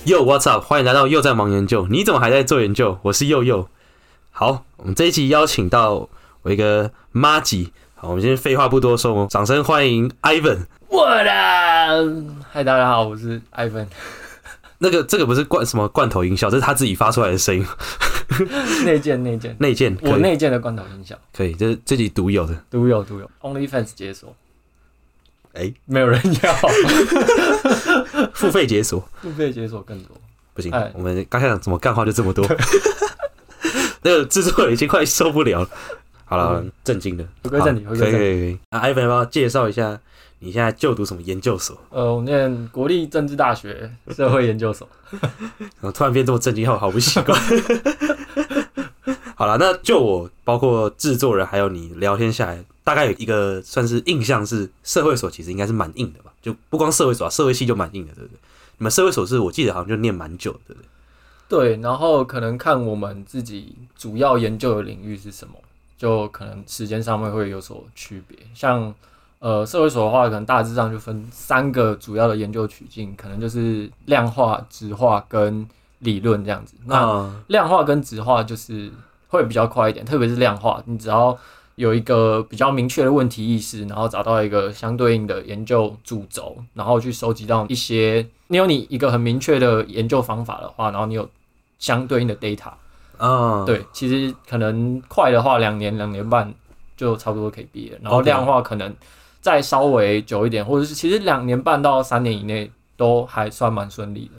Yo, what's up？ 欢迎来到又在忙研究。你怎么还在做研究？我是佑佑。好，我们这一集邀请到我一个麻吉。好，我们先废话不多说，掌声欢迎 Ivan。 我的，嗨，大家好，我是 Ivan。 这个不是什么罐头音效，这是他自己发出来的声音。 内建，我内建的罐头音效， 可以，这是自己独有的， 独有 ，OnlyFans 解锁。没有人要， 付费解锁， 付费解锁更多。 不行，我们刚才讲怎么干话就这么多，那个制作人已经快受不了了。好了，正经的， 回归正题， 可以。Ivan 要不要介绍一下你现在就读什么研究所？ 我念国立政治大学社会研究所。 然后突然变这么正经，好不习惯。好了，那就我包括制作人还有你聊天下来，大概有一个算是印象是社会所其实应该是蛮硬的吧？就不光社会所，社会系就蛮硬的，对不对？你们社会所是我记得好像就念蛮久的，对不对？ 对，然后可能看我们自己主要研究的领域是什么，就可能时间上面会有所区别。像社会所的话，可能大致上就分3个主要的研究曲径，可能就是量化、质化跟理论这样子。那量化跟质化就是会比较快一点，特别是量化，你只要有一个比较明确的问题意识，然后找到一个相对应的研究主轴，然后去收集到一些，你有一个很明确的研究方法的话，然后你有相对应的 data，对，其实可能快的话2年、2年半就差不多可以毕业，然后量化可能再稍微久一点，或者是其实2年半到3年以内都还算蛮顺利的。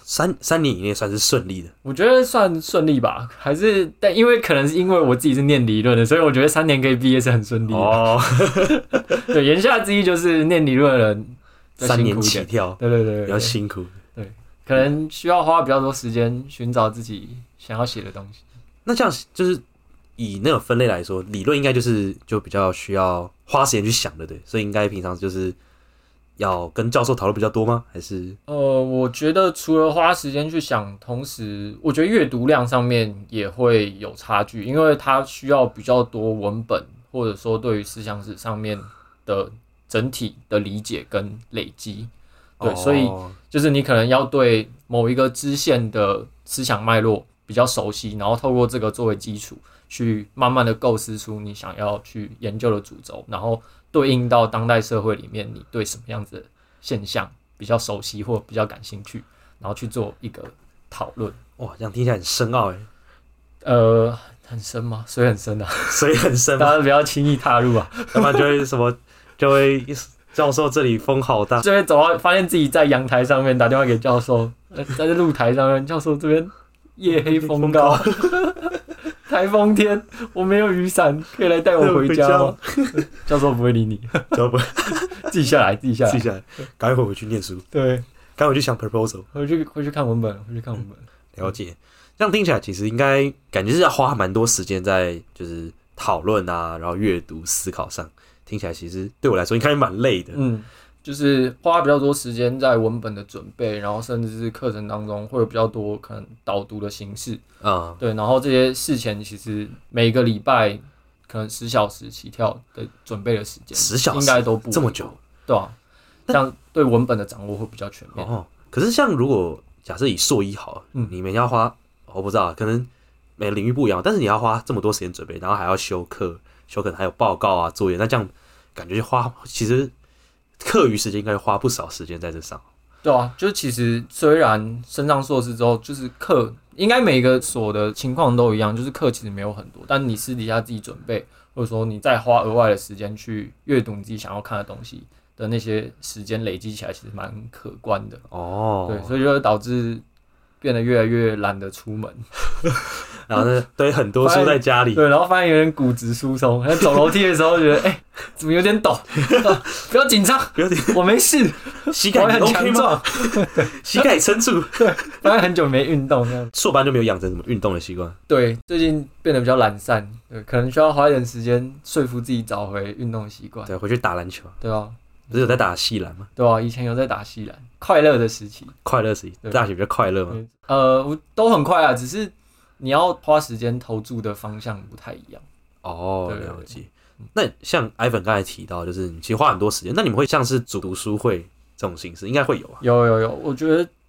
3年以内算是顺利的， 我觉得算顺利吧，但因为可能是因为我自己是念理论的，所以我觉得3年可以毕业是很顺利的。对，言下之意就是念理论的人 3年起跳， 对， 比较辛苦。 对，可能需要花比较多时间寻找自己想要写的东西。 那这样就是以那种分类来说，理论应该就比较需要花时间去想的，对，所以应该平常就是要跟教授讨论比较多吗？还是我觉得除了花时间去想，同时我觉得阅读量上面也会有差距，因为它需要比较多文本，或者说对于思想史上面的整体的理解跟累积。对，所以就是你可能要对某一个支线的思想脉络比较熟悉，然后透过这个作为基础，去慢慢的构思出你想要去研究的主轴，然后对应到当代社会里面，你对什么样子的现象比较熟悉或比较感兴趣，然后去做一个讨论。 哇，这样听起来很深奥哎。 很深吗？水很深啊， 水很深吗？ 大家不要轻易踏入啊， 要不然就会就会教授这里风好大， 就会走到发现自己在阳台上面打电话给教授，在露台上面，教授这边夜黑风高。台风天，我没有雨伞，可以来带我回家吗？教授不会理你， 教授不会， 自己下来， 赶快回去念书。 对， 赶快回去想 proposal， 回去看文本， 了解，这样听起来其实应该感觉是要花蛮多时间在就是讨论啊，然后阅读、思考上。听起来其实对我来说应该蛮累的。 就是花比较多时间在文本的准备，然后甚至是课程当中会有比较多可能导读的形式对，然后这些事前其实每个礼拜可能10小时起跳的准备的时间 ，10小时应该都不这么久， 对啊，这样对文本的掌握会比较全面。 可是像如果假设以硕一好了，你们要花，我不知道，可能每个领域不一样，但是你要花这么多时间准备，然后还要修课可能还有报告啊、作业，那这样感觉其实课余时间应该花不少时间在这上。 对啊，就是其实虽然升上硕士之后，就是课应该每个所的情况都一样，就是课其实没有很多，但你私底下自己准备，或者说你再花额外的时间去阅读你自己想要看的东西的那些时间累积起来，其实蛮可观的。对，所以就会导致变得越来越懒得出门， 然后呢，堆很多书在家里， 对，然后发现有点骨质疏松，走楼梯的时候觉得，怎么有点抖？不要紧张，我没事， 膝盖很强壮，膝盖撑住。 对，发现很久没运动，这样硕班就没有养成什么运动的习惯。 对，最近变得比较懒散，对，可能需要花一点时间说服自己找回运动习惯。 对，回去打篮球。 对啊， 不是有在打系篮吗？ 对啊，以前有在打系篮，快乐的时期。 大学比较快乐吗？ 我都很快啊，只是你要花时间投注的方向不太一样。 了解。那像 Ivan 刚才提到，就是你其实花很多时间，那你们会像是读书会这种形式，应该会有啊。 有，我觉得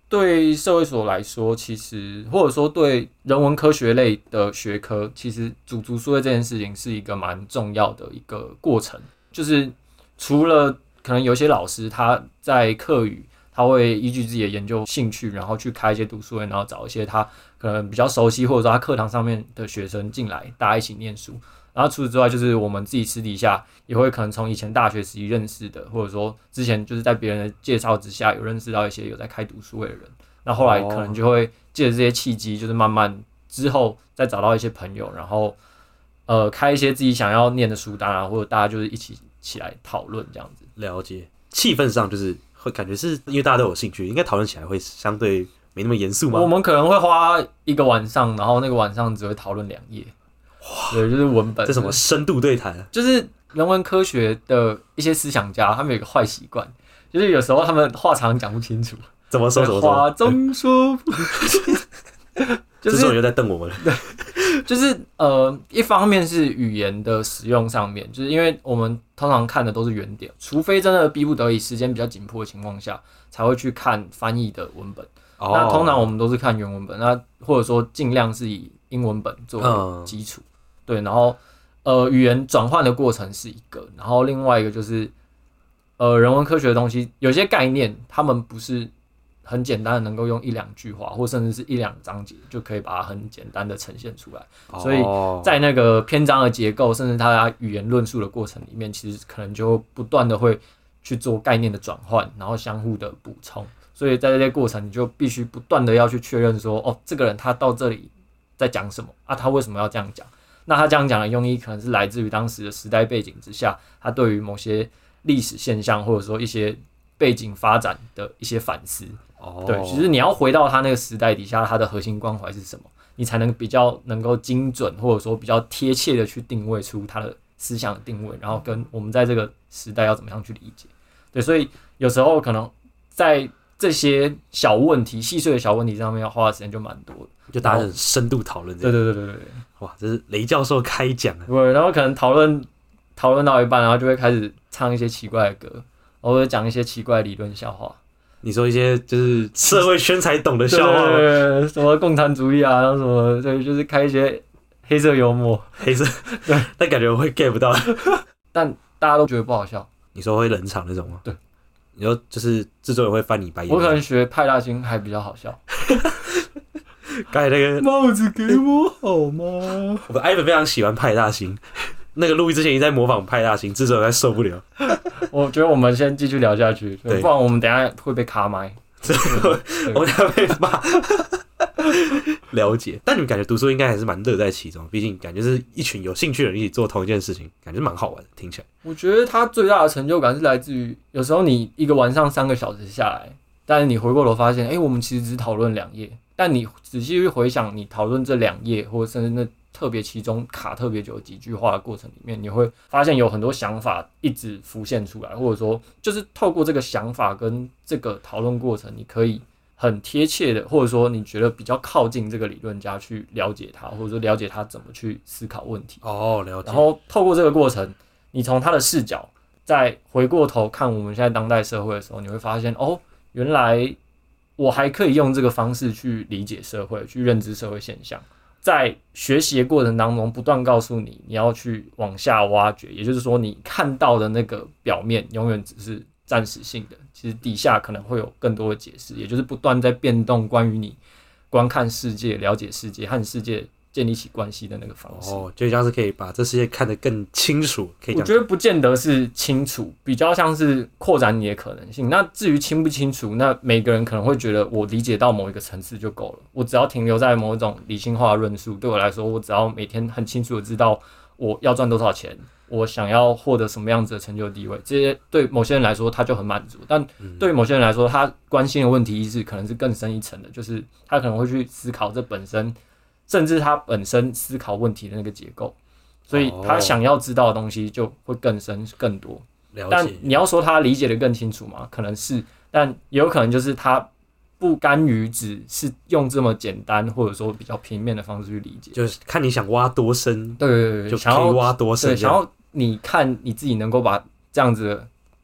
对社会所来说，其实或者说对人文科学类的学科，其实组读书会这件事情是一个蛮重要的一个过程。就是除了可能有些老师他在课余，他会依据自己的研究兴趣，然后去开一些读书会，然后找一些他可能比较熟悉，或者说他课堂上面的学生进来，大家一起念书。然后除此之外，就是我们自己私底下也会可能从以前大学时期认识的，或者说之前就是在别人的介绍之下有认识到一些有在开读书会的人。那后来可能就会借着这些契机，就是慢慢之后再找到一些朋友，然后开一些自己想要念的书单啊，或者大家就是一起来讨论这样子。 了解，气氛上就是会感觉是因为大家都有兴趣，应该讨论起来会相对没那么严肃吗？ 我们可能会花一个晚上，然后那个晚上只会讨论2页。哇，对，就是文本。 这什么深度对谈？ 就是人文科学的一些思想家，他们有一个坏习惯，就是有时候他们话常讲不清楚。 怎么说？ 话中说不清， 就是这种又在瞪我们了。 对，就是一方面是语言的使用上面，就是因为我们通常看的都是原点，除非真的逼不得已、时间比较紧迫的情况下，才会去看翻译的文本。那通常我们都是看原文本，那或者说尽量是以英文本作为基础。对，然后语言转换的过程是一个，然后另外一个就是人文科学的东西，有些概念他们不是很简单的能够用1-2句话，或甚至是1-2章节就可以把它很简单的呈现出来。所以在那个篇章的结构，甚至它语言论述的过程里面，其实可能就不断的会去做概念的转换，然后相互的补充。所以在这些过程，你就必须不断的要去确认说，哦，这个人他到这里在讲什么啊？他为什么要这样讲？那他这样讲的用意，可能是来自于当时的时代背景之下，他对于某些历史现象，或者说一些背景发展的一些反思。对，其实你要回到他那个时代底下，他的核心关怀是什么，你才能比较能够精准，或者说比较贴切的去定位出他的思想的定位，然后跟我们在这个时代要怎么样去理解。对，所以有时候可能在这些小问题、细碎的小问题上面，要花的时间就蛮多的， 就大家很深度讨论。 对， 哇，这是雷教授开讲啊！ 对，然后可能讨论到一半，然后就会开始唱一些奇怪的歌，或者讲一些奇怪的理论笑话。 你说一些就是社会圈才懂的笑话， 对，什么共产主义啊，然后什么，对，就是开一些黑色幽默， 对，但感觉我会 get 不到， 但大家都觉得不好笑。 你说会冷场那种吗？ 对， 你说就是制作人会翻你白眼。 我可能学派大星还比较好笑。 刚才那个帽子给我好吗？ 我们 Ivan 非常喜欢派大星，那个录音之前一直在模仿派大星，制作人还受不了。 我觉得我们先继续聊下去，不然我们等一下会被卡麦。 我们等一下被骂。了解，但你们感觉读书应该还是蛮乐在其中，毕竟感觉是一群有兴趣的人一起做同一件事情，感觉蛮好玩的。听起来， 我觉得他最大的成就感是来自于，有时候你一个晚上3个小时下来，但是你回过头发现，我们其实只讨论2页，但你仔细去回想，你讨论这2页，或者甚至那特别其中卡特别久的几句话的过程里面，你会发现有很多想法一直浮现出来，或者说就是透过这个想法跟这个讨论过程，你可以很贴切的，或者说你觉得比较靠近这个理论家去了解他，或者说了解他怎么去思考问题。 了解。 然后透过这个过程，你从他的视角再回过头看我们现在当代社会的时候，你会发现，原来我还可以用这个方式去理解社会，去认知社会现象。在学习的过程当中，不断告诉你，你要去往下挖掘，也就是说，你看到的那个表面永远只是暂时性的，其实底下可能会有更多的解释，也就是不断在变动关于你观看世界、了解世界和世界建立起关系的那个方式。 就像是可以把这世界看得更清楚。可以我觉得不见得是清楚，比较像是扩展你的可能性。那至于清不清楚，那每个人可能会觉得我理解到某一个层次就够了，我只要停留在某一种理性化的论述，对我来说，我只要每天很清楚的知道我要赚多少钱，我想要获得什么样子的成就地位，这些对某些人来说他就很满足，但对某些人来说，他关心的问题是可能是更深一层的，就是他可能会去思考这本身，甚至他本身思考问题的那个结构，所以他想要知道的东西就会更深更多。但你要说他理解的更清楚吗？可能是，但也有可能就是他不甘于只是用这么简单或者说比较平面的方式去理解， 就是看你想挖多深， 对， 就可以挖多深， 对，想要你看你自己能够把这样子的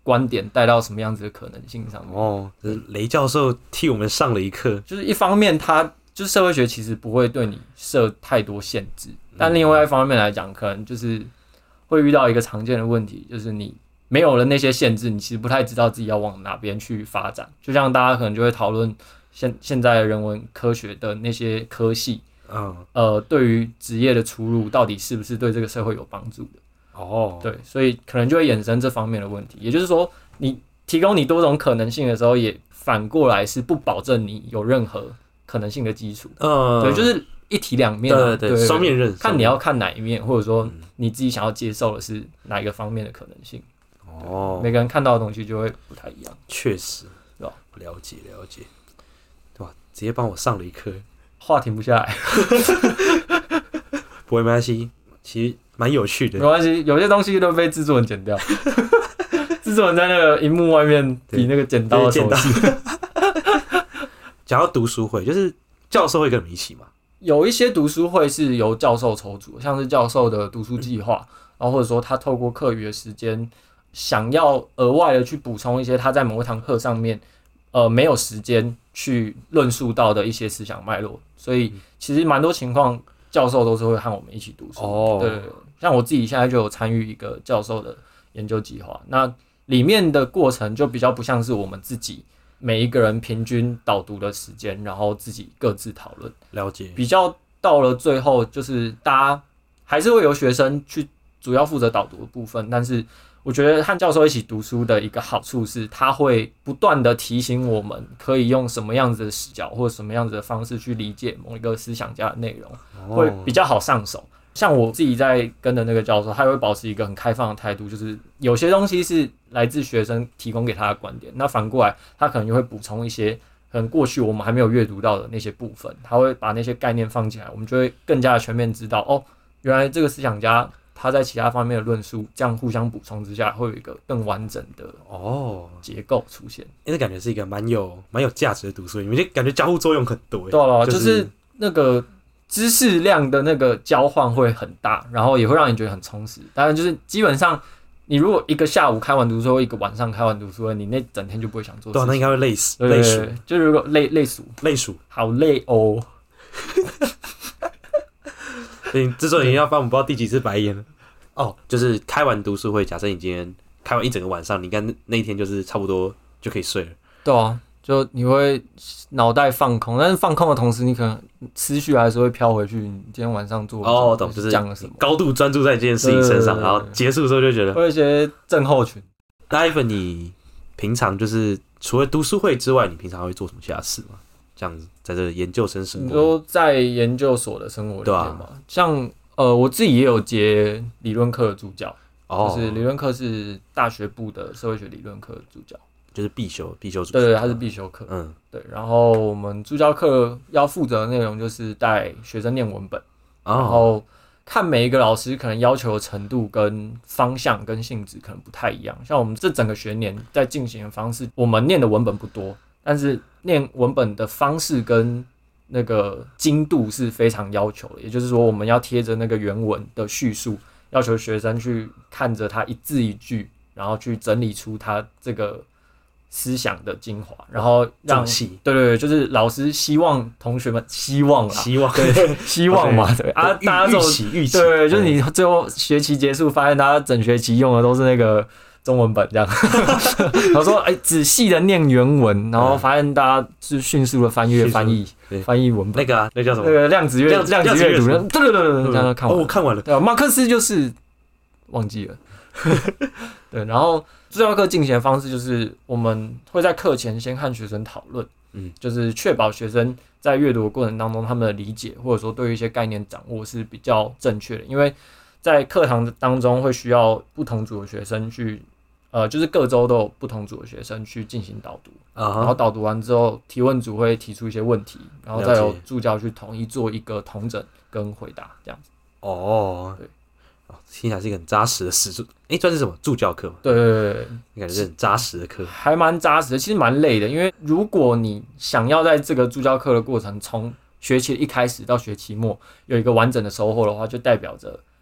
观点带到什么样子的可能性上面。 哦，这是雷教授替我们上了一课。 就是一方面他就是社会学其实不会对你设太多限制，但另外一方面来讲，可能就是会遇到一个常见的问题，就是你没有了那些限制，你其实不太知道自己要往哪边去发展。就像大家可能就会讨论现在人文科学的那些科系，对于职业的出路到底是不是对这个社会有帮助的？ 哦， 对，所以可能就会衍生这方面的问题。也就是说，你提供你多种可能性的时候，也反过来是不保证你有任何可能性的基础。对，就是一体两面、啊， 对，双面刃， 看你要看哪一面，或者说你自己想要接受的是哪一个方面的可能性。哦，每个人看到的东西就会不太一样。 确实， 对吧？ 了解，对吧？直接帮我上了一课， 话停不下来。 不会，没关系，其实蛮有趣的。 没关系，有些东西都被制作人剪掉。制作人在那个荧幕外面比那个剪刀的手势。 讲到读书会，就是教授会跟你们一起吗？ 有一些读书会是由教授筹组，像是教授的读书计划，然后或者说他透过课余的时间，想要额外的去补充一些他在某一堂课上面，没有时间去论述到的一些思想脉络。所以其实蛮多情况，教授都是会和我们一起读书。哦，对，像我自己现在就有参与一个教授的研究计划，那里面的过程就比较不像是我们自己每一个人平均导读的时间，然后自己各自讨论。 了解。 比较到了最后，就是大家还是会有学生去主要负责导读的部分，但是我觉得和教授一起读书的一个好处是，他会不断的提醒我们可以用什么样子的视角或者什么样子的方式去理解某一个思想家的内容，会比较好上手。像我自己在跟的那个教授，他会保持一个很开放的态度，就是有些东西是来自学生提供给他的观点，那反过来他可能就会补充一些可能过去我们还没有阅读到的那些部分，他会把那些概念放进来，我们就会更加的全面知道，哦，原来这个思想家他在其他方面的论述，这样互相补充之下，会有一个更完整的结构出现。 那感觉是一个蛮有价值的读书，你们就感觉交互作用很多。 对了，就是那个知识量的那个交换会很大，然后也会让你觉得很充实。当然，就是基本上你如果一个下午开完读书会，一个晚上开完读书会，你那整天就不会想做事情。 对，那应该会累死， 累死。就如果累鼠，好累哦。 所以制作人要翻我们不知道第几次白眼了。哦，就是开完读书会，假设你今天开完一整个晚上，你看那一天就是差不多就可以睡了。 对啊。就你会脑袋放空，但是放空的同时，你可能思绪还是会飘回去。你今天晚上做我懂，就是讲了什么，高度专注在这件事情身上，然后结束的时候就觉得会有一些症候群。 那Ivan，你平常就是除了读书会之外，你平常会做什么其他事吗？这样子，在这个研究生生活， 你说在研究所的生活里面嘛，像我自己也有接理论课的助教，就是理论课是大学部的社会学理论课的助教。 就是必修主修， 对，它是必修课。对。然后我们助教课要负责的内容就是带学生念文本，然后看每一个老师可能要求的程度跟方向跟性质可能不太一样。像我们这整个学年在进行的方式，我们念的文本不多，但是念文本的方式跟那个精度是非常要求的。也就是说，我们要贴着那个原文的叙述，要求学生去看着它一字一句，然后去整理出它这个思想的精华，然后让对，就是老师希望同学们希望对希望嘛，对啊，大家预期对，就是你最后学期结束，发现大家整学期用的都是那个中文本这样，然后说仔细的念原文，然后发现大家是迅速的翻译文本， 那叫什么？ 那个量子阅读，对，这样看完， 我看完了。 对，马克思就是忘记了。对，然后助教课进行的方式就是我们会在课前先和学生讨论，就是确保学生在阅读的过程当中，他们的理解或者说对于一些概念掌握是比较正确的。因为在课堂当中会需要不同组的学生去，就是各周都有不同组的学生去进行导读，然后导读完之后，提问组会提出一些问题，然后再由助教去统一做一个统整跟回答，这样子。对。 听起来是一个很扎实的实作，算是什么助教课吗？ 对， 感觉是很扎实的课， 还蛮扎实的，其实蛮累的。因为如果你想要在这个助教课的过程，从学期一开始到学期末有一个完整的收获的话，就代表着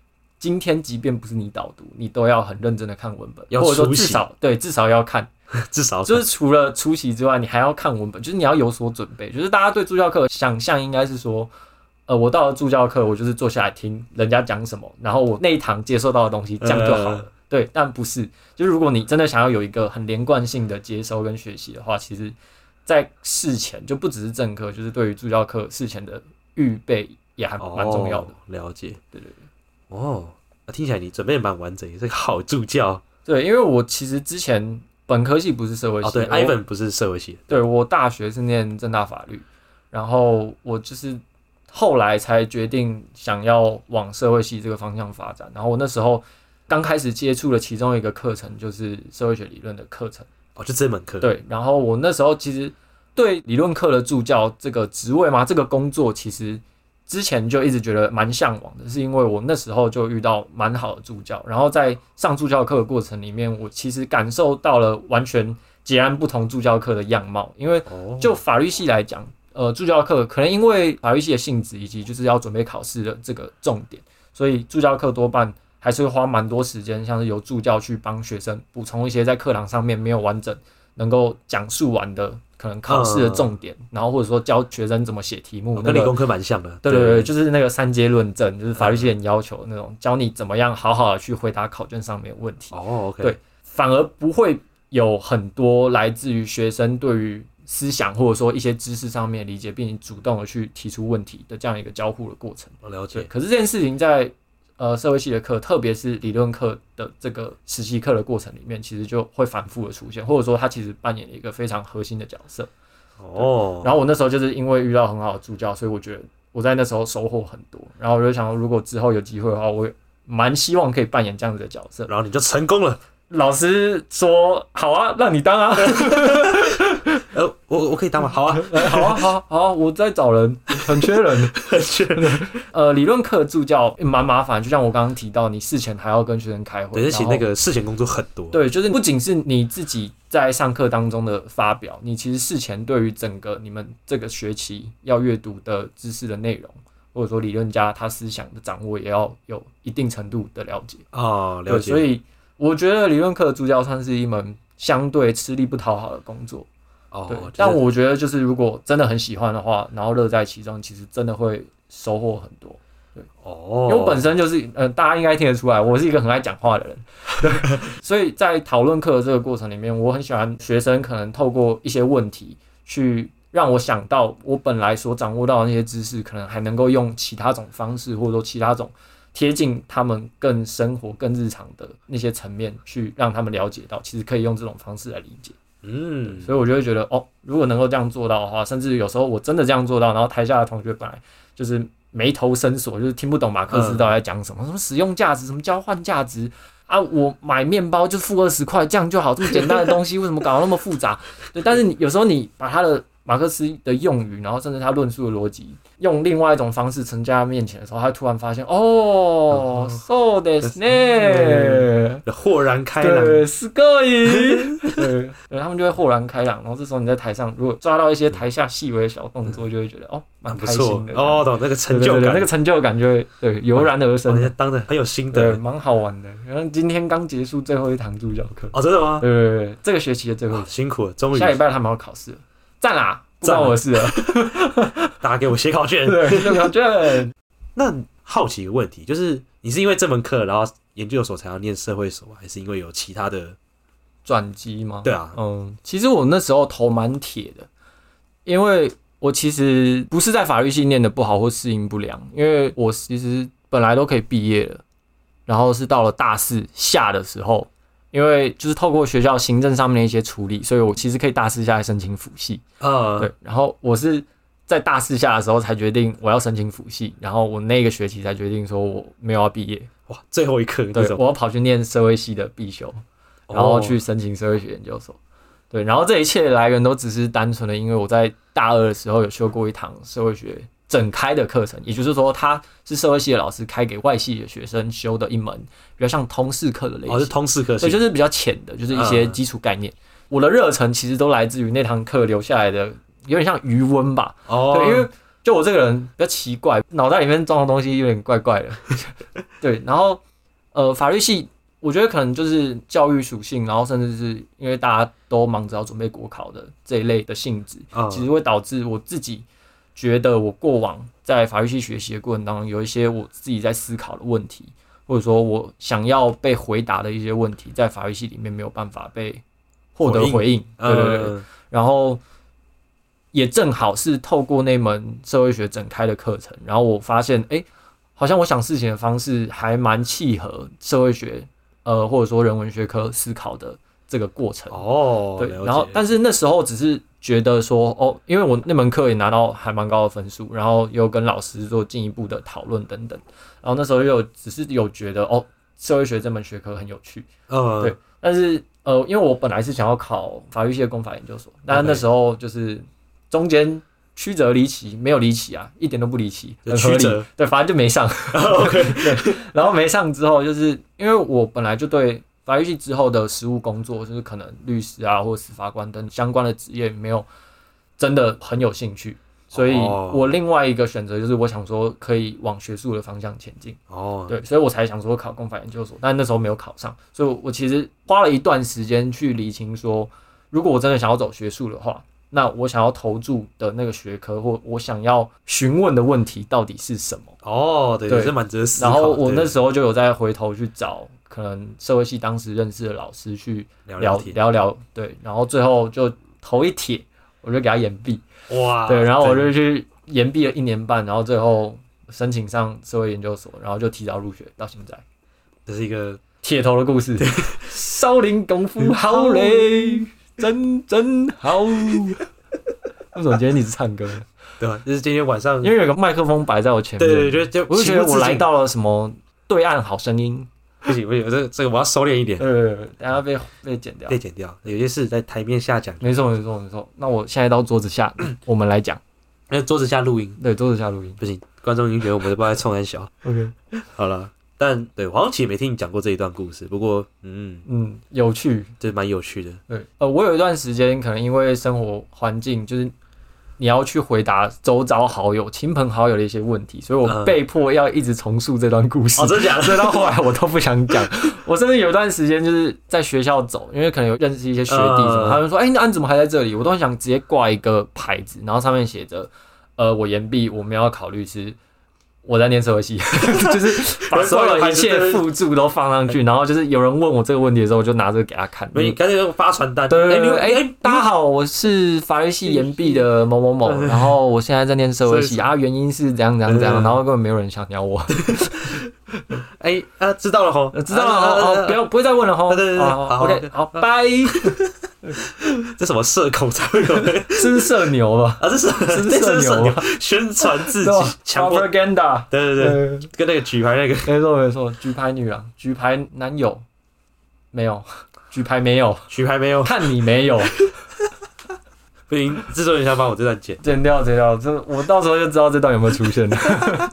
今天即便不是你导读，你都要很认真的看文本， 要或者说出席至少要看， 至少就是除了出席之外，你还要看文本，就是你要有所准备。就是大家对助教课想象应该是说，我到了助教课，我就是坐下来听人家讲什么，然后我那一堂接受到的东西这样就好了。对，但不是，就是如果你真的想要有一个很连贯性的接收跟学习的话，其实在事前就不只是正课，就是对于助教课事前的预备也还蛮重要的。 了解， 对。 听起来你准备蛮完整，也是个好助教。 对，因为我其实之前本科系不是社会系， 对 ，Ivan 不是社会系， 对，我大学是念政大法律，然后我就是后来才决定想要往社会系这个方向发展。然后我那时候刚开始接触了其中一个课程，就是社会学理论的课程。 就这门课。 对，然后我那时候其实对理论课的助教这个职位嘛，这个工作其实之前就一直觉得蛮向往的，是因为我那时候就遇到蛮好的助教，然后在上助教课的过程里面，我其实感受到了完全截然不同助教课的样貌。因为就法律系来讲，助教课可能因为法律系的性质以及就是要准备考试的这个重点，所以助教课多半还是会花蛮多时间，像是由助教去帮学生补充一些在课堂上面没有完整能够讲述完的可能考试的重点，然后或者说教学生怎么写题目， 跟理工科蛮像的。 对，就是那个三阶论证，就是法律系很要求的那种，教你怎么样好好的去回答考卷上面的问题。 OK。 对，反而不会有很多来自于学生对于思想或者说一些知识上面的理解，并且主动的去提出问题的这样一个交互的过程。 我了解。 可是这件事情在社会系的课，特别是理论课的这个实习课的过程里面，其实就会反复的出现，或者说它其实扮演了一个非常核心的角色。然后我那时候就是因为遇到很好的助教，所以我觉得我在那时候收获很多。然后我就想说，如果之后有机会的话，我也蛮希望可以扮演这样子的角色。 然后你就成功了。 老师说：“好啊，让你当啊。” 我可以当吗？好啊， 好啊，我在找人，很缺人。理论课助教蛮麻烦，就像我刚刚提到，你事前还要跟学生开会， 而且那个事前工作很多。 对，就是不仅是你自己在上课当中的发表，你其实事前对于整个你们这个学期要阅读的知识的内容，或者说理论家他思想的掌握，也要有一定程度的了解。 了解。 所以我觉得理论课的助教算是一门相对吃力不讨好的工作。对，但我觉得就是如果真的很喜欢的话，然后乐在其中，其实真的会收获很多。对，因为我本身就是大家应该听得出来，我是一个很爱讲话的人。对，所以在讨论课的这个过程里面，我很喜欢学生可能透过一些问题去让我想到我本来所掌握到的那些知识，可能还能够用其他种方式，或者说其他种贴近他们更生活、更日常的那些层面，去让他们了解到，其实可以用这种方式来理解。所以我就会觉得如果能够这样做到的话，甚至有时候我真的这样做到，然后台下的同学本来就是眉头深锁，就是听不懂马克思到底在讲什么，什么使用价值，什么交换价值啊，我买面包就付20块，这样就好，这么简单的东西为什么搞得那么复杂？对，但是有时候你把他的马克思的用语，然后甚至他论述的逻辑，用另外一种方式呈在他面前的时候，他突然发现そうですね， 豁然开朗， 对，すごい，对，他们就会豁然开朗。然后这时候你在台上，如果抓到一些台下细微的小动作，就会觉得蛮开心的。 懂那个成就感， 那个成就感就会油然而生。 当的很有心得， 对，蛮好玩的。然后今天刚结束最后一堂助教课。 真的吗？ 对，这个学期的最后辛苦了，终于下礼拜他们要考试了。赞啦，不关我的事了。 大家给我写考卷， 对，写考卷。 那好奇一个问题，就是你是因为这门课，然后研究所才要念社会所，还是因为有其他的转机吗？ 对啊， 其实我那时候头蛮铁的，因为我其实不是在法律系念的不好或适应不良，因为我其实本来都可以毕业了，然后是到了大4下的时候。因为就是透过学校行政上面的一些处理，所以我其实可以大4下来申请辅系。对，然后我是在大4下的时候才决定我要申请辅系，然后我那个学期才决定说我没有要毕业。 哇，最后一刻， 对，我要跑去念社会系的必修，然后去申请社会学研究所。对，然后这一切的来源都只是单纯的，因为我在大2的时候有修过一堂社会学整开的课程，也就是说，他是社会系的老师开给外系的学生修的一门比较像通识课的类型。 是通识课， 对，就是比较浅的，就是一些基础概念。我的热忱其实都来自于那堂课留下来的，有点像余温吧。对，因为就我这个人比较奇怪，脑袋里面装的东西有点怪怪的。对，然后法律系我觉得可能就是教育属性，然后甚至是因为大家都忙着要准备国考的这一类的性质，其实会导致我自己觉得我过往在法律系学习的过程当中，有一些我自己在思考的问题，或者说我想要被回答的一些问题，在法律系里面没有办法被获得回应。对对对，然后也正好是透过那门社会学整开的课程，然后我发现，好像我想事情的方式还蛮契合社会学，或者说人文学科思考的这个过程。对，然后但是那时候只是觉得说，因为我那门课也拿到还蛮高的分数，然后又跟老师做进一步的讨论等等，然后那时候只是有觉得，社会学这门学科很有趣。对，但是因为我本来是想要考法律系的公法研究所，但是那时候就是中间曲折离奇，没有离奇啊，一点都不离奇，很合理。对，反正就没上。对，然后没上之后，就是因为我本来就对法律系之后的实务工作，就是可能律师啊或司法官等相关的职业没有真的很有兴趣，所以我另外一个选择就是我想说可以往学术的方向前进。对，所以我才想说考公法研究所，但那时候没有考上，所以我其实花了一段时间去理清说，如果我真的想要走学术的话，那我想要投注的那个学科，或我想要询问的问题到底是什么？ 对，是蛮值得思考的。 然后我那时候就有再回头去找可能社会系当时认识的老师去聊聊，对，然后最后就头一帖，我就给他延毕。哇！对，然后我就去延毕了1年半，然后最后申请上社会研究所，然后就提早入学到现在。 这是一个铁头的故事。少林功夫好嘞，真好。为什么今天你是唱歌？ 对吧？就是今天晚上， 因为有个麦克风摆在我前面， 对， 我就觉得我来到了什么对岸好声音。 不行，这个我要收敛一点。 等下被剪掉。 被剪掉，有些事在台面下讲。 没错。那我现在到桌子下，我们来讲。 桌子下录音。对， 桌子下录音。 不行，观众已经觉得我们都不知道在冲三小。 OK， 好了。但对，我好像其实没听你讲过这一段故事，不过有趣， 这蛮有趣的。 对，我有一段时间可能因为生活环境，就是你要去回答周遭好友、亲朋好友的一些问题，所以我被迫要一直重述这段故事。 真的假的？ 所以到后来我都不想讲。我甚至有一段时间就是在学校走，因为可能有认识一些学弟什么，他们说：“那你怎么还在这里？”我都很想直接挂一个牌子，然后上面写着：“我延毕，我们要考律师。”我在念社会系，就是把所有一切附注都放上去，然后就是有人问我这个问题的时候，我就拿这个给他看。 你干脆发传单。 对，大家好，我是法律系延毕的某某某，然后我现在在念社会系啊，原因是怎样，然后根本没有人想鸟我。 知道了吼， 知道了，不会再问了吼。 对，好 ，OK， 好，拜。 这什么社恐才会有？ 这是社牛吧？ 这是社牛，宣传自己，强迫 propaganda。对， 跟那个举牌那个， 没错，举牌女郎，举牌男友没有，举牌没有，看你没有。 不行，制作人想帮我这段剪掉，这我到时候就知道这段有没有出现了。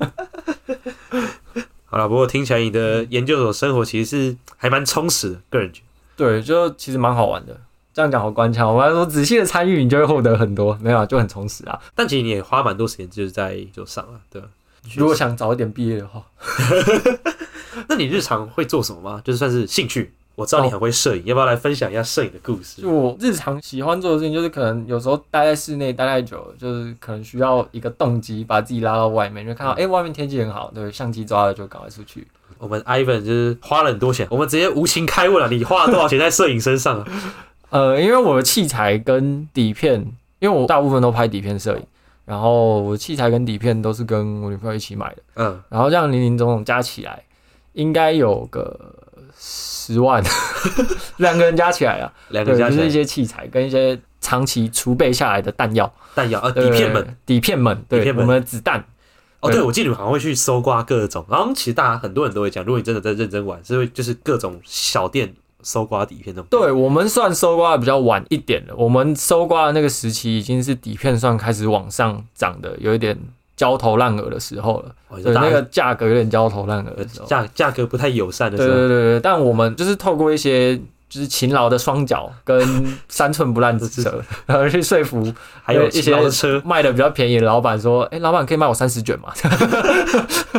好了，不过听起来你的研究所生活其实是还蛮充实的，个人觉得。 对，就其实蛮好玩的。这样讲好官腔，我们说仔细的参与，你就会获得很多，没有就很充实啊。 但其实你也花蛮多时间，就是在就上了，对吧？ 如果想早一点毕业的话， 那你日常会做什么吗？就是算是兴趣。我知道你很会摄影，要不要来分享一下摄影的故事？ 就我日常喜欢做的事情，就是可能有时候待在室内待太久了，就是可能需要一个动机把自己拉到外面，就看到外面天气很好，对，相机抓了就赶快出去。 我们 Ivan 就是花了很多钱，我们直接无情开问了，你花了多少钱在摄影身上啊？ 因为我的器材跟底片，因为我大部分都拍底片摄影，然后我的器材跟底片都是跟我女朋友一起买的，然后这样零零总总加起来，应该有个10万，两个人加起来啊，就是一些器材跟一些长期储备下来的弹药，底片们，对，我们的子弹。 对，我记得你们好像会去搜刮各种，然后其实很多人都会讲，如果你真的在认真玩，是会就是各种小店搜刮底片那种。 对，我们算搜刮的比较晚一点了，我们搜刮的那个时期已经是底片算开始往上涨的，有一点焦头烂额的时候了。对，那个价格有点焦头烂额的时候， 价格不太友善的时候。 对，但我们就是透过一些就是勤劳的双脚跟3寸不烂之舌，然后去说服还有一些卖的比较便宜的老板说：“老板可以卖我30卷吗？”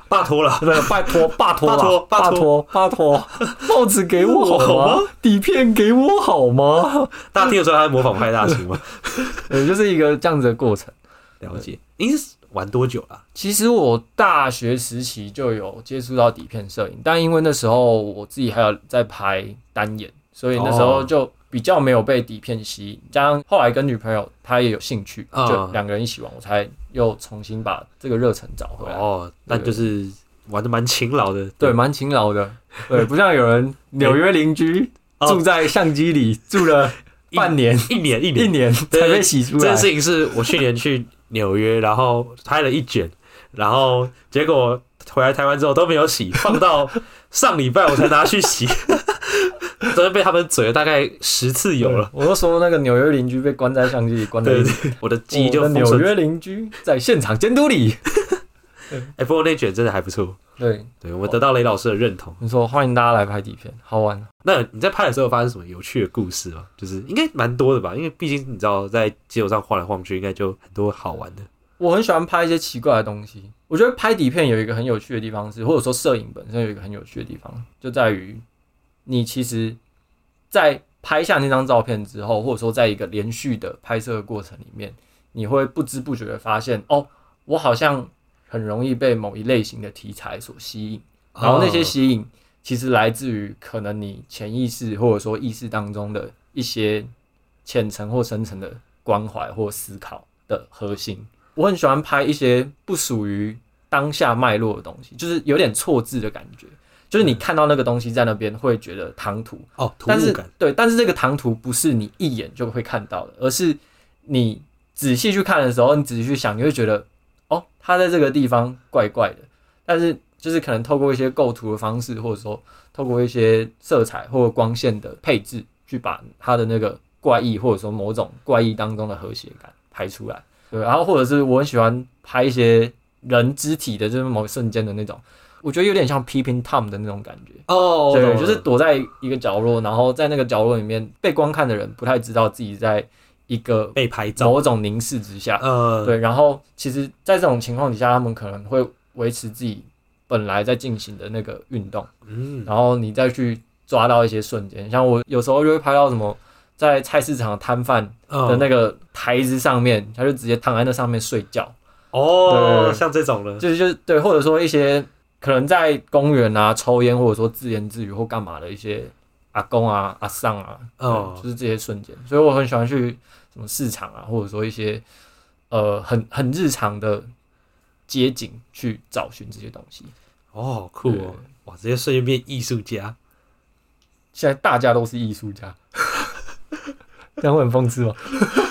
拜托了， 拜托，拜托啦， 拜托拜托，帽子给我好吗？底片给我好吗？ 大家听得出来他在模仿派大星吗？ 对，就是一个这样子的过程。 了解。你是玩多久啦？ 其实我大学时期就有接触到底片摄影，但因为那时候我自己还有在拍单眼，所以那时候就比较没有被底片吸引。加上后来跟女朋友她也有兴趣，就两个人一起玩，我才又重新把这个热忱找回来。 哦，那就是玩的蛮勤劳的， 对，蛮勤劳的。对，不像有人纽约邻居住在相机里住了半年、 一年才被洗出来。 这件事情是我去年去纽约，然后拍了一卷，然后结果回来台湾之后都没有洗，放到上礼拜我才拿去洗，昨天被他们嘴了大概10次有了。 我都说那个纽约邻居被关在相机里关在一起， 我的记忆就纽约邻居在现场监督里。 不过那卷真的还不错。 对， 我们得到雷老师的认同。 你说欢迎大家来拍底片，好玩。 那你在拍的时候发生什么有趣的故事吗？就是应该蛮多的吧，因为毕竟你知道在街头上晃来晃去，应该就很多好玩的。 我很喜欢拍一些奇怪的东西。我觉得拍底片有一个很有趣的地方是，或者说摄影本身有一个很有趣的地方，就在于你其实，在拍下那张照片之后，或者说在一个连续的拍摄的过程里面，你会不知不觉的发现，哦，我好像很容易被某一类型的题材所吸引，然后那些吸引其实来自于可能你潜意识或者说意识当中的一些浅层或深层的关怀或思考的核心。我很喜欢拍一些不属于当下脉络的东西，就是有点错字的感觉，就是你看到那个东西在那边会觉得唐突哦，突兀感。 对，但是这个唐突不是你一眼就会看到的，而是你仔细去看的时候，你仔细去想，你会觉得哦，它在这个地方怪怪的，但是就是可能透过一些构图的方式，或者说透过一些色彩或者光线的配置，去把它的那个怪异或者说某种怪异当中的和谐感拍出来。对，然后或者是我很喜欢拍一些人肢体的，就是某一瞬间的那种，我觉得有点像 Peeping Tom 的那种感觉。 哦， 对，就是躲在一个角落，然后在那个角落里面被观看的人不太知道自己在一个被拍照某种凝视之下。对，然后其实，在这种情况底下，他们可能会维持自己本来在进行的那个运动，然后你再去抓到一些瞬间，像我有时候就会拍到什么。在菜市场摊贩的那个台子上面，他就直接躺在那上面睡觉。 哦，像这种的， 就是对，或者说一些可能在公园啊抽烟，或者说自言自语或干嘛的一些阿公啊、阿桑啊，就是这些瞬间。所以我很喜欢去什么市场啊，或者说一些很日常的街景去找寻这些东西。 哦，酷哦，哇，直接瞬间变艺术家。 现在大家都是艺术家。这样会很讽刺吗？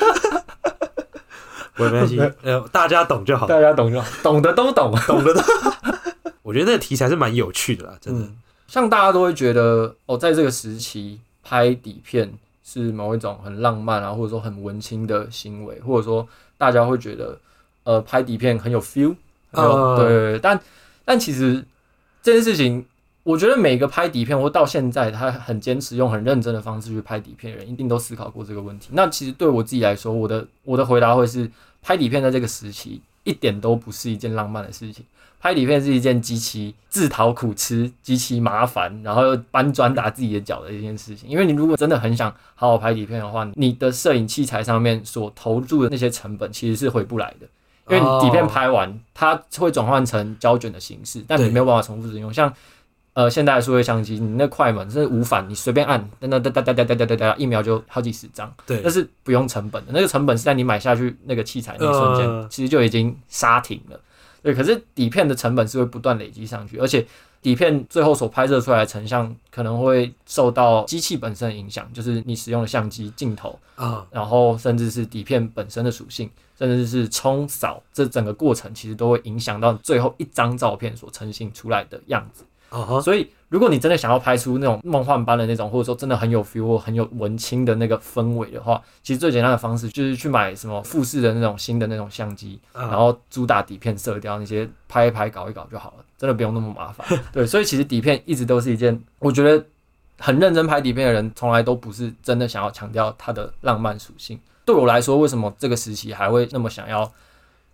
我也没关系，大家懂就好， 大家懂就好，懂的都懂， 懂的都。我觉得那个题材是蛮有趣的啦，真的。 像大家都会觉得哦，在这个时期拍底片是某一种很浪漫啊，或者说很文青的行为，或者说大家会觉得拍底片很有 feel， 对，但其实这件事情。我觉得每个拍底片或到现在他很坚持用很认真的方式去拍底片的人，一定都思考过这个问题。那其实对我自己来说，我的回答会是：拍底片在这个时期一点都不是一件浪漫的事情。拍底片是一件极其自讨苦吃、极其麻烦，然后又搬砖打自己的脚的一件事情。因为你如果真的很想好好拍底片的话，你的摄影器材上面所投注的那些成本其实是回不来的。因为你底片拍完，它会转换成胶卷的形式，但你没有办法重复使用。像现代的数位相机，你那快门是无反，你随便按，1秒就好几十张， 对， 那是不用成本的。那个成本是在你买下去那个器材那一瞬间，其实就已经刹停了。对，可是底片的成本是会不断累积上去，而且底片最后所拍摄出来的成像可能会受到机器本身的影响，就是你使用的相机镜头然后甚至是底片本身的属性，甚至是冲扫，这整个过程其实都会影响到最后一张照片所呈现出来的样子。所以如果你真的想要拍出那种梦幻般的那种，或者说真的很有 feel 或很有文青的那个氛围的话，其实最简单的方式就是去买什么富士的那种新的那种相机，然后主打底片色调那些拍一拍搞一搞就好了，真的不用那么麻烦。对，所以其实底片一直都是一件，我觉得很认真拍底片的人从来都不是真的想要强调它的浪漫属性。对我来说，为什么这个时期还会那么想要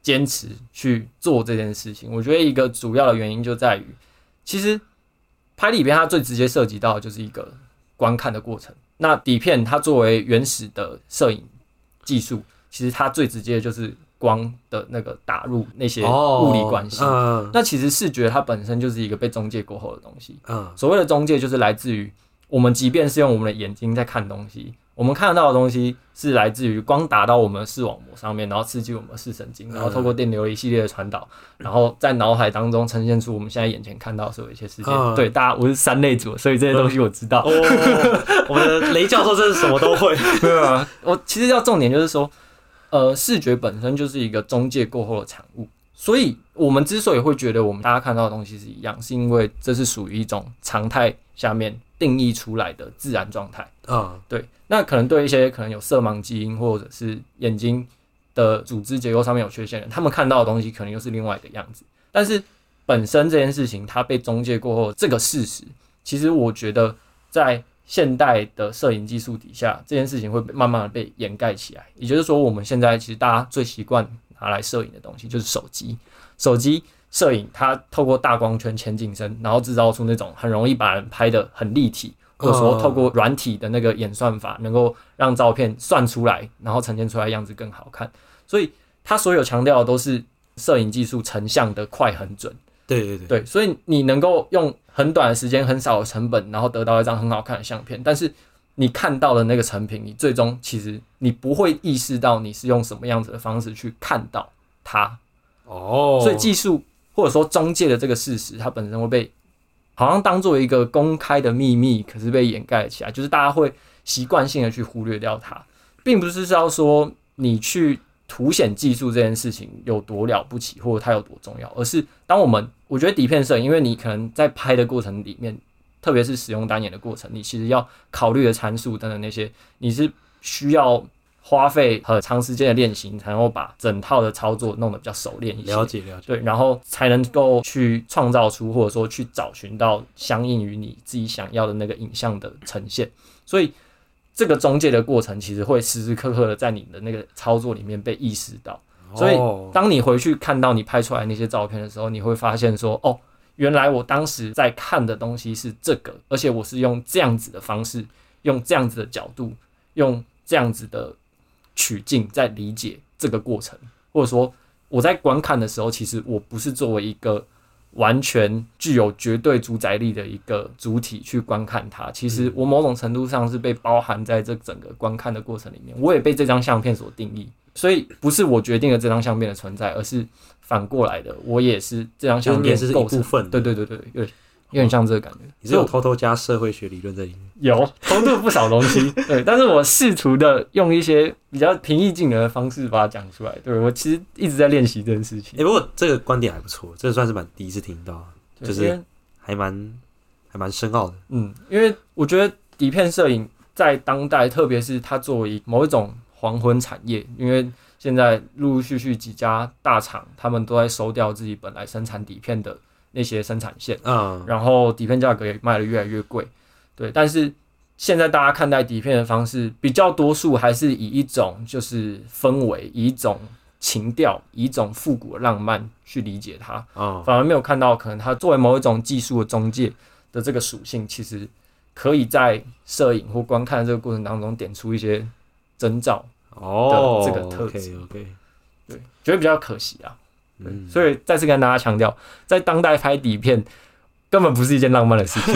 坚持去做这件事情。我觉得一个主要的原因就在于，其实拍底片它最直接涉及到的就是一个观看的过程。那底片它作为原始的摄影技术，其实它最直接的就是光的那个打入那些物理关系。那其实视觉它本身就是一个被中介过后的东西。所谓的中介就是来自于我们即便是用我们的眼睛在看东西，我们看得到的东西是来自于光打到我们的视网膜上面，然后刺激我们的视神经，然后透过电流一系列的传导，然后在脑海当中呈现出我们现在眼前看到的所有一些事件。对，大家我是三类组，所以这些东西我知道。 我们的雷教授真是什么都会。 对啊，我其实要重点就是说，视觉本身就是一个中介过后的产物，所以我们之所以会觉得我们大家看到的东西是一样，是因为这是属于一种常态下面定义出来的自然状态。对，那可能对一些可能有色盲基因或者是眼睛的组织结构上面有缺陷的人，他们看到的东西可能又是另外一个样子。但是本身这件事情它被中介过后这个事实，其实我觉得在现代的摄影技术底下，这件事情会慢慢的被掩盖起来。也就是说，我们现在其实大家最习惯拿来摄影的东西就是手机。手机摄影它透过大光圈、前景深，然后制造出那种很容易把人拍得很立体，或者说透过软体的那个演算法，能够让照片算出来，然后呈现出来的样子更好看。所以它所有强调的都是摄影技术成像的快很准。对，所以你能够用很短的时间、很少的成本，然后得到一张很好看的相片，但是你看到的那个成品，你最终其实你不会意识到你是用什么样子的方式去看到它。所以技术或者说中介的这个事实，它本身会被好像当做一个公开的秘密，可是被掩盖起来，就是大家会习惯性的去忽略掉它，并不是要说你去凸显技术这件事情有多了不起，或者它有多重要，而是当我觉得底片摄影，因为你可能在拍的过程里面，特别是使用单眼的过程，你其实要考虑的参数等等那些，你是需要花费很长时间的练习，才能够把整套的操作弄得比较熟练一些。 了解。 对，然后才能够去创造出，或者说去找寻到相应于你自己想要的那个影像的呈现。所以这个中介的过程，其实会时时刻刻的在你的那个操作里面被意识到。所以当你回去看到你拍出来那些照片的时候，你会发现说，原来我当时在看的东西是这个，而且我是用这样子的方式，用这样子的角度，用这样子的取径在理解这个过程，或者说我在观看的时候，其实我不是作为一个完全具有绝对主宰力的一个主体去观看它，其实我某种程度上是被包含在这整个观看的过程里面，我也被这张相片所定义，所以不是我决定了这张相片的存在，而是反过来的，我也是这张相片构成。对，有点像这个感觉。 你是有偷偷加社会学理论在里面？ 有偷渡不少东西，对，但是我试图的用一些比较平易近人的方式把它讲出来。对，我其实一直在练习这件事情。 不过这个观点还不错，这算是第一次听到，就是还蛮深奥的。 因为我觉得底片摄影在当代，特别是它作为某一种黄昏产业，因为现在陆陆续续几家大厂，他们都在收掉自己本来生产底片的那些生产线，然后底片价格也卖得越来越贵，对。但是现在大家看待底片的方式，比较多数还是以一种就是氛围，以一种情调，以一种复古的浪漫去理解它，反而没有看到可能它作为某一种技术的中介的这个属性，其实可以在摄影或观看的这个过程当中点出一些征兆的这个特质，对，觉得比较可惜啊。所以再次跟大家强调，在当代拍底片根本不是一件浪漫的事情。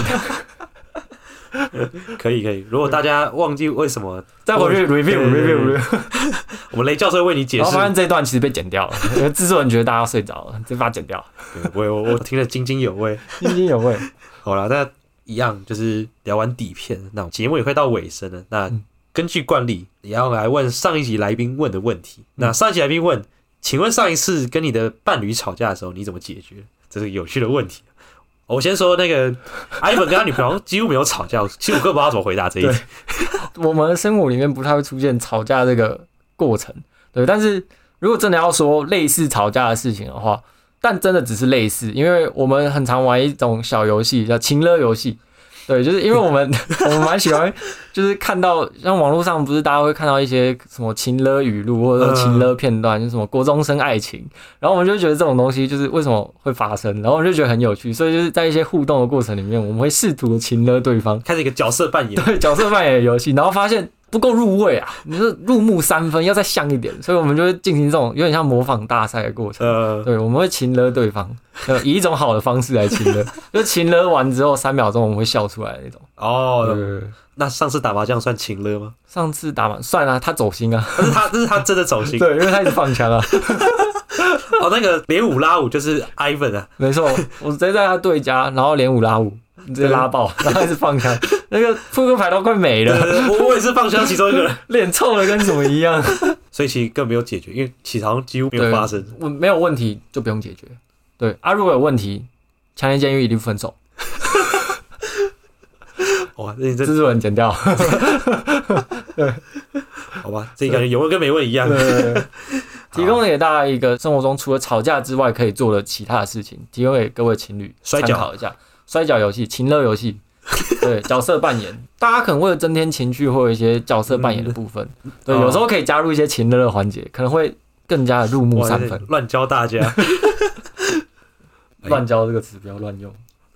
可以，如果大家忘记为什么， 再回去 review， 我们雷教授为你解释。 然后发现这一段其实被剪掉了，因为制作人觉得大家睡着了，直接把它剪掉。 我听得津津有味，好啦，那一样就是聊完底片，那节目也快到尾声了。那根据惯例，也要来问上一集来宾问的问题。那上一集来宾问，请问上一次跟你的伴侣吵架的时候，你怎么解决？这是个有趣的问题。我先说那个Ivan跟他女朋友几乎没有吵架，其实我根本不知道怎么回答这一题。 我们的生活里面不太会出现吵架这个过程，对。但是如果真的要说类似吵架的事情的话，但真的只是类似，因为我们很常玩一种小游戏叫情勒游戏。 对，就是因为我们蛮喜欢，就是看到像网络上不是大家会看到一些什么情勒语录或者说情勒片段，就是什么国中生爱情，然后我们就觉得这种东西就是为什么会发生，然后我们就觉得很有趣，所以就是在一些互动的过程里面，我们会试图的情勒对方， 开始一个角色扮演， 对角色扮演的游戏，然后发现不够入味啊，你是入木3分，要再像一点，所以我们就会进行这种有点像模仿大赛的过程。对，我们会情勒对方，以一种好的方式来情勒，就情勒完之后3秒钟我们会笑出来的那种。 哦， 对， 那上次打麻将算情勒吗？ 上次打完算啊，他走心啊， 这是他真的走心。 对，因为他一直放枪啊。 哦，那个连5拉5就是 Ivan 啊， 没错，我直接在他对家，然后连5拉5，直接拉爆，然后一直放枪，那个扑克牌都快没了。 我也是放枪其中一个人， 脸臭的跟什么一样。 所以其实更没有解决，因为其实好像几乎没有发生。 没有问题就不用解决。对啊，如果有问题，强烈监狱一律分手。 哇，那你这蜘蛛人剪掉。对， 好吧，这感觉有问跟没问一样。 对，提供给大家一个生活中除了吵架之外可以做的其他的事情，提供给各位情侣参考一下。摔跤游戏、情勒游戏，对，角色扮演，大家可能为了增添情趣，会有一些角色扮演的部分。对，有时候可以加入一些情勒的环节，可能会更加的入木3分。 乱教大家， 乱教这个词不要乱用。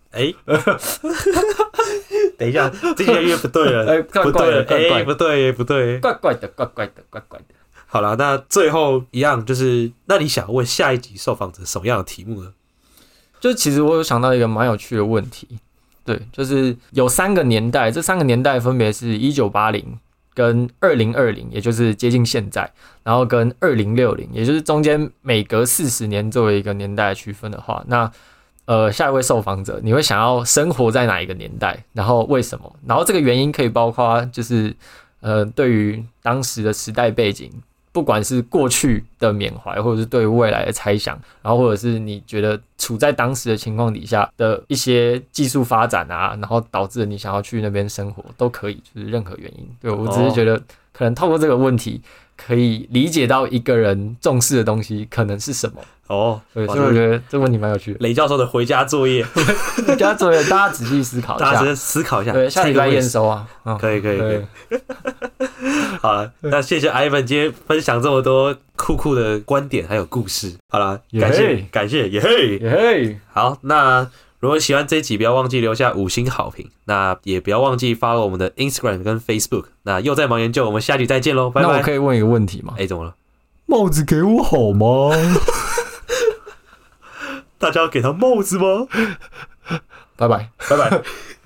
等一下，这越来越不对了，不对了，不对，不对， 怪怪的，怪怪的，怪怪的。 好了，那最后一样就是，那你想问下一集受访者什么样的题目呢？ 就其实我有想到一个蛮有趣的问题，对，就是有3个年代，这3个年代分别是1980跟2020，也就是接近现在，然后跟2060，也就是中间每隔40年作为一个年代的区分的话，那下一位受访者，你会想要生活在哪一个年代？然后为什么？然后这个原因可以包括就是对于当时的时代背景。不管是过去的缅怀，或者是对未来的猜想，然后或者是你觉得处在当时的情况底下的一些技术发展啊，然后导致你想要去那边生活，都可以，就是任何原因。对，我只是觉得可能透过这个问题，可以理解到一个人重视的东西可能是什么。对，所以我觉得这个问题蛮有趣的。 雷教授的回家作业， 回家作业，大家仔细思考一下， 大家思考一下， 对，下礼拜验收啊。 可以。好了，那谢谢 Ivan 今天分享这么多酷酷的观点还有故事。好了，感谢，耶嘿。好，那如果喜欢这一集，不要忘记留下5星好评，那也不要忘记 follow 我们的 Instagram 跟 Facebook。那又在忙研究，我们下集再见喽，拜拜。 那我可以问一个问题吗？ 怎么了？ 帽子给我好吗？ 大家要给他帽子吗？ 拜拜。